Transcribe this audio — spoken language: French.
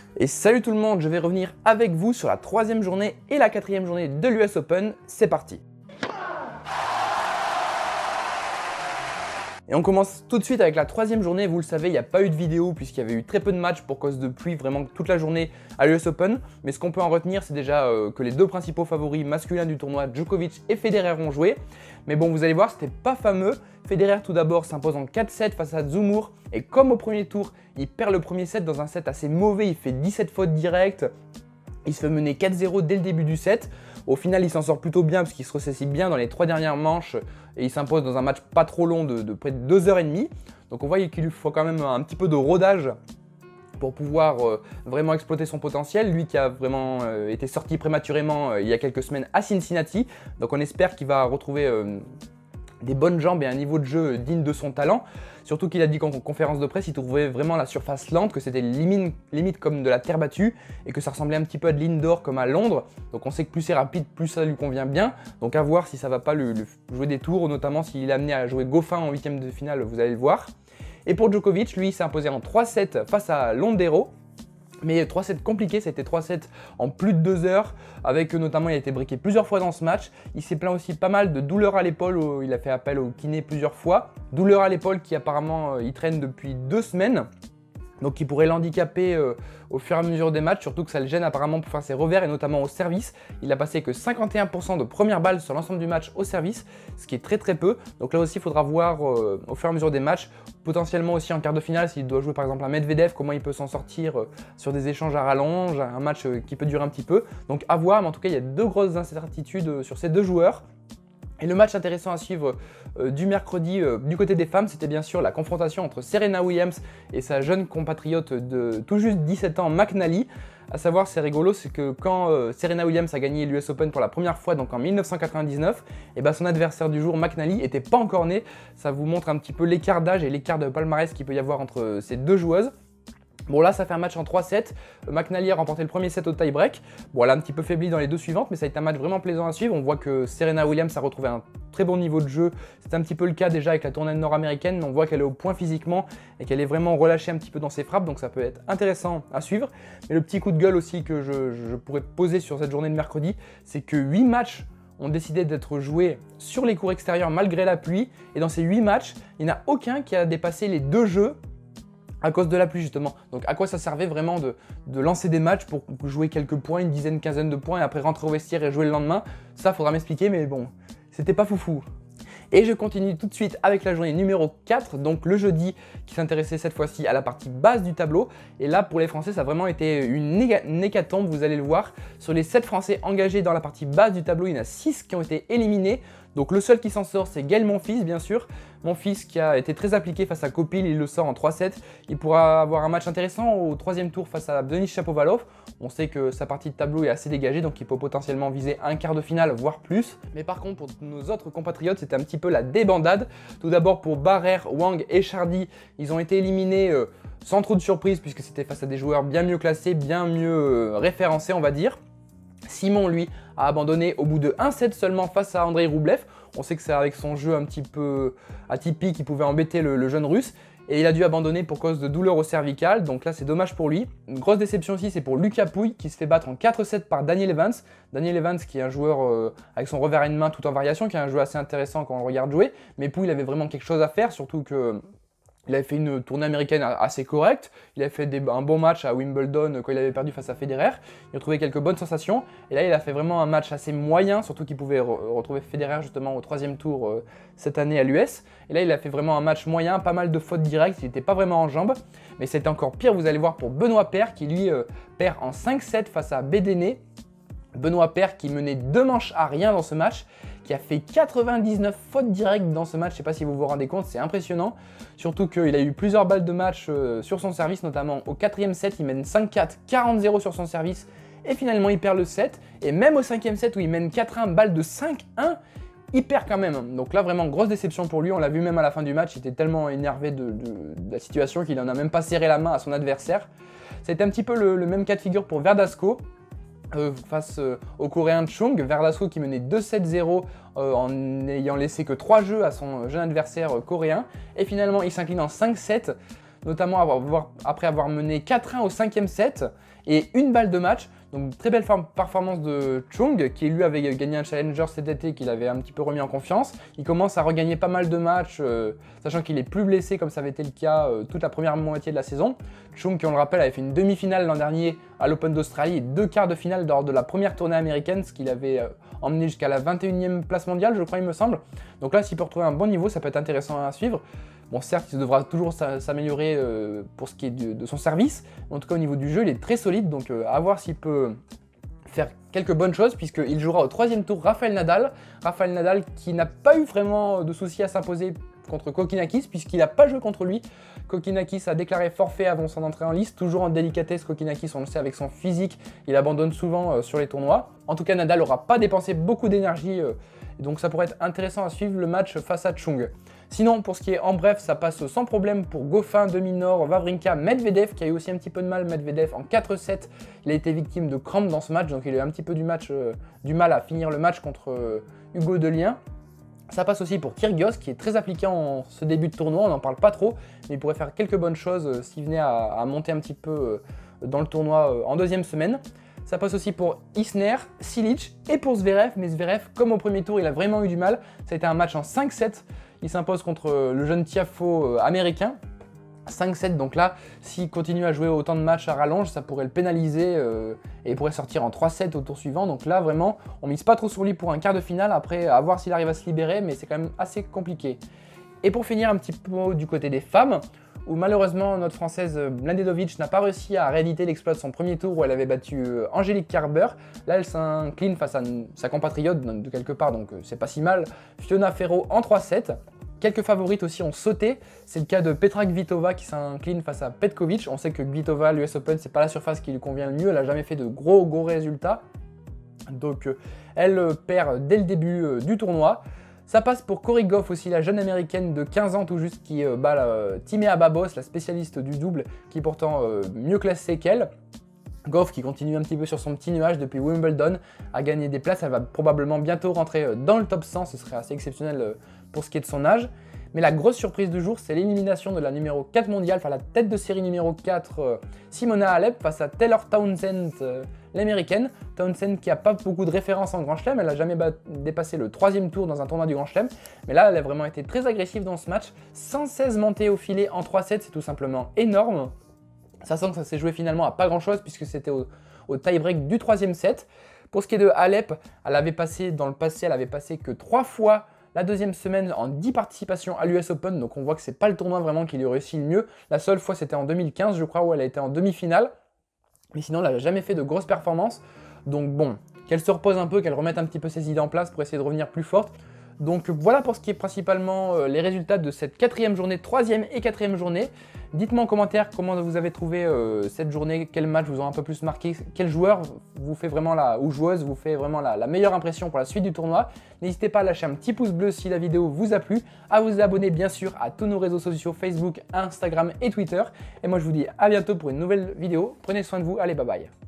Et salut tout le monde, je vais revenir avec vous sur la troisième journée et la quatrième journée de l'US Open. C'est parti! Et on commence tout de suite avec la troisième journée. Vous le savez, il n'y a pas eu de vidéo puisqu'il y avait eu très peu de matchs pour cause de pluie vraiment toute la journée à l'US Open. Mais ce qu'on peut en retenir, c'est déjà que les deux principaux favoris masculins du tournoi, Djokovic et Federer, ont joué. Mais bon, vous allez voir, c'était pas fameux. Federer tout d'abord s'impose en 4-7 face à Dzumhur. Et comme au premier tour, il perd le premier set dans un set assez mauvais. Il fait 17 fautes directes. Il se fait mener 4-0 dès le début du set. Au final, il s'en sort plutôt bien parce qu'il se ressaisit bien dans les 3 dernières manches et il s'impose dans un match pas trop long de près de 2h30. Donc on voit qu'il lui faut quand même un petit peu de rodage pour pouvoir vraiment exploiter son potentiel. Lui qui a vraiment été sorti prématurément il y a quelques semaines à Cincinnati. Donc on espère qu'il va retrouver des bonnes jambes et un niveau de jeu digne de son talent. Surtout qu'il a dit qu'en conférence de presse, il trouvait vraiment la surface lente, que c'était limite comme de la terre battue et que ça ressemblait un petit peu à de l'indoor comme à Londres. Donc on sait que plus c'est rapide, plus ça lui convient bien. Donc à voir si ça va pas lui jouer des tours, notamment s'il est amené à jouer Goffin en 8e de finale, vous allez le voir. Et pour Djokovic, lui, il s'est imposé en 3-7 face à Londero. Mais 3-7 compliqués, c'était 3-7 en plus de 2 heures, avec notamment il a été briqué plusieurs fois dans ce match. Il s'est plaint aussi pas mal de douleurs à l'épaule, il a fait appel au kiné plusieurs fois. Douleurs à l'épaule qui apparemment il traîne depuis 2 semaines. Donc qui pourrait l'handicaper au fur et à mesure des matchs, surtout que ça le gêne apparemment pour faire ses revers et notamment au service. Il a passé que 51% de première balle sur l'ensemble du match au service, ce qui est très peu. Donc là aussi il faudra voir au fur et à mesure des matchs, potentiellement aussi en quart de finale s'il doit jouer par exemple un Medvedev, comment il peut s'en sortir sur des échanges à rallonge, un match qui peut durer un petit peu. Donc à voir, mais en tout cas il y a deux grosses incertitudes sur ces deux joueurs. Et le match intéressant à suivre du mercredi du côté des femmes, c'était bien sûr la confrontation entre Serena Williams et sa jeune compatriote de tout juste 17 ans, McNally. A savoir, c'est rigolo, c'est que quand Serena Williams a gagné l'US Open pour la première fois, donc en 1999, et ben son adversaire du jour, McNally, n'était pas encore né. Ça vous montre un petit peu l'écart d'âge et l'écart de palmarès qu'il peut y avoir entre ces deux joueuses. Bon là ça fait un match en 3-7, McNally a remporté le premier set au tie-break. Bon elle a un petit peu faibli dans les deux suivantes, mais ça a été un match vraiment plaisant à suivre. On voit que Serena Williams a retrouvé un très bon niveau de jeu. C'est un petit peu le cas déjà avec la tournée nord-américaine, on voit qu'elle est au point physiquement et qu'elle est vraiment relâchée un petit peu dans ses frappes, donc ça peut être intéressant à suivre. Mais le petit coup de gueule aussi que je pourrais poser sur cette journée de mercredi, c'est que 8 matchs ont décidé d'être joués sur les cours extérieurs malgré la pluie, et dans ces 8 matchs, il n'y en a aucun qui a dépassé les 2 jeux à cause de la pluie justement. Donc à quoi ça servait vraiment de lancer des matchs pour jouer quelques points, une dizaine, quinzaine de points et après rentrer au vestiaire et jouer le lendemain? Ça faudra m'expliquer, mais bon, c'était pas foufou. Et je continue tout de suite avec la journée numéro 4, donc le jeudi, qui s'intéressait cette fois-ci à la partie basse du tableau. Et là, pour les Français, ça a vraiment été une hécatombe, vous allez le voir. Sur les 7 Français engagés dans la partie basse du tableau, il y en a 6 qui ont été éliminés. Donc le seul qui s'en sort, c'est Gaël Monfils, bien sûr. Monfils qui a été très appliqué face à Kopil, il le sort en 3-7. Il pourra avoir un match intéressant au 3e tour face à Denis Shapovalov. On sait que sa partie de tableau est assez dégagée, donc il peut potentiellement viser un quart de finale, voire plus. Mais par contre, pour nos autres compatriotes, c'était un petit peu la débandade. Tout d'abord pour Barrère, Wang et Chardy, ils ont été éliminés sans trop de surprise, puisque c'était face à des joueurs bien mieux classés, bien mieux référencés, on va dire. Simon, lui, a abandonné au bout de 1-7 seulement face à Andrei Roublev. On sait que c'est avec son jeu un petit peu atypique qui pouvait embêter le jeune russe. Et il a dû abandonner pour cause de douleurs au cervical, donc là c'est dommage pour lui. Une grosse déception aussi, c'est pour Lucas Pouille qui se fait battre en 4-7 par Daniel Evans. Daniel Evans qui est un joueur avec son revers à une main tout en variation, qui est un jeu assez intéressant quand on le regarde jouer. Mais Pouille il avait vraiment quelque chose à faire, surtout que il avait fait une tournée américaine assez correcte, il avait fait un bon match à Wimbledon quand il avait perdu face à Federer, il a trouvé quelques bonnes sensations, et là il a fait vraiment un match assez moyen, surtout qu'il pouvait retrouver Federer justement au 3e tour cette année à l'US, et là il a fait vraiment un match moyen, pas mal de fautes directes, il n'était pas vraiment en jambes, mais c'était encore pire, vous allez voir pour Benoît Paire qui lui perd en 5-7 face à Bédéné. Benoît Paire qui menait 2 manches à rien dans ce match, qui a fait 99 fautes directes dans ce match, je ne sais pas si vous vous rendez compte, c'est impressionnant. Surtout qu'il a eu plusieurs balles de match sur son service, notamment au 4e set, il mène 5-4, 40-0 sur son service, et finalement il perd le set. Et même au 5e set où il mène 4-1, balle de 5-1, il perd quand même. Donc là vraiment grosse déception pour lui, on l'a vu même à la fin du match, il était tellement énervé de la situation qu'il n'en a même pas serré la main à son adversaire. C'était un petit peu le même cas de figure pour Verdasco. Face au Coréen Chung, Verdasco qui menait 2-7-0 en n'ayant laissé que 3 jeux à son jeune adversaire coréen, et finalement il s'incline en 5-7. notamment après avoir mené 4-1 au 5e set et une balle de match. Donc très belle performance de Chung, qui lui avait gagné un challenger cet été, qu'il avait un petit peu remis en confiance. Il commence à regagner pas mal de matchs, sachant qu'il est plus blessé comme ça avait été le cas toute la première moitié de la saison. Chung, qui on le rappelle, avait fait une demi-finale l'an dernier à l'Open d'Australie et 2 quarts de finale lors de la première tournée américaine, ce qu'il avait emmené jusqu'à la 21e place mondiale, je crois, il me semble. Donc là, s'il peut retrouver un bon niveau, ça peut être intéressant à suivre. Bon, certes, il devra toujours s'améliorer pour ce qui est de son service. En tout cas, au niveau du jeu, il est très solide. Donc, à voir s'il peut faire quelques bonnes choses, puisqu'il jouera au 3e tour Rafael Nadal. Rafael Nadal qui n'a pas eu vraiment de soucis à s'imposer contre Kokkinakis, puisqu'il n'a pas joué contre lui. Kokkinakis a déclaré forfait avant son entrée en lice, toujours en délicatesse. Kokkinakis, on le sait, avec son physique, il abandonne souvent sur les tournois. En tout cas, Nadal n'aura pas dépensé beaucoup d'énergie, donc ça pourrait être intéressant à suivre le match face à Chung. Sinon, pour ce qui est en bref, ça passe sans problème pour Goffin, Deminor, Wawrinka, Medvedev, qui a eu aussi un petit peu de mal. Medvedev en 4-7, il a été victime de crampes dans ce match, donc il a eu un petit peu du mal à finir le match contre Hugo Delien. Ça passe aussi pour Kyrgios, qui est très appliqué en ce début de tournoi, on n'en parle pas trop, mais il pourrait faire quelques bonnes choses s'il venait à monter un petit peu dans le tournoi en deuxième semaine. Ça passe aussi pour Isner, Cilic et pour Zverev, mais Zverev, comme au premier tour, il a vraiment eu du mal. Ça a été un match en 5-7, il s'impose contre le jeune Tiafoe américain. 5-7, donc là, s'il continue à jouer autant de matchs à rallonge, ça pourrait le pénaliser et il pourrait sortir en 3-7 au tour suivant. Donc là, vraiment, on mise pas trop sur lui pour un quart de finale. Après, à voir s'il arrive à se libérer, mais c'est quand même assez compliqué. Et pour finir, un petit peu du côté des femmes, où malheureusement, notre Française Mladenovic n'a pas réussi à rééditer l'exploit de son premier tour où elle avait battu Angélique Kerber. Là, elle s'incline face à sa compatriote de quelque part, donc c'est pas si mal. Fiona Ferro en 3-7. Quelques favorites aussi ont sauté, c'est le cas de Petra Kvitova qui s'incline face à Petkovic. On sait que Kvitova, l'US Open, c'est pas la surface qui lui convient le mieux, elle n'a jamais fait de gros résultats. Donc elle perd dès le début du tournoi. Ça passe pour Cory Gauff aussi, la jeune américaine de 15 ans tout juste qui bat Timea Babos, la spécialiste du double, qui est pourtant mieux classée qu'elle. Gauff qui continue un petit peu sur son petit nuage depuis Wimbledon, a gagné des places, elle va probablement bientôt rentrer dans le top 100, ce serait assez exceptionnel pour ce qui est de son âge. Mais la grosse surprise du jour, c'est l'élimination de la numéro 4 mondiale, enfin la tête de série numéro 4, Simona Halep, face à Taylor Townsend, l'américaine. Townsend qui n'a pas beaucoup de références en Grand Chelem, elle n'a jamais dépassé le 3e tour dans un tournoi du Grand Chelem. Mais là, elle a vraiment été très agressive dans ce match. 116 montées au filet en 3-7, c'est tout simplement énorme. Ça sent que ça s'est joué finalement à pas grand chose puisque c'était au tie-break du 3e set. Pour ce qui est de Halep, dans le passé, elle avait passé que 3 fois la deuxième semaine en 10 participations à l'US Open, donc on voit que c'est pas le tournoi vraiment qui lui réussit le mieux. La seule fois c'était en 2015 je crois où elle a été en demi-finale, mais sinon elle n'a jamais fait de grosses performances. Donc bon, qu'elle se repose un peu, qu'elle remette un petit peu ses idées en place pour essayer de revenir plus forte. Donc voilà pour ce qui est principalement les résultats de cette 4e journée, 3e et 4e journée. Dites-moi en commentaire comment vous avez trouvé cette journée, quel match vous ont un peu plus marqué, quel joueur vous fait vraiment ou joueuse vous fait vraiment la meilleure impression pour la suite du tournoi. N'hésitez pas à lâcher un petit pouce bleu si la vidéo vous a plu, à vous abonner bien sûr à tous nos réseaux sociaux Facebook, Instagram et Twitter. Et moi je vous dis à bientôt pour une nouvelle vidéo. Prenez soin de vous, allez bye bye.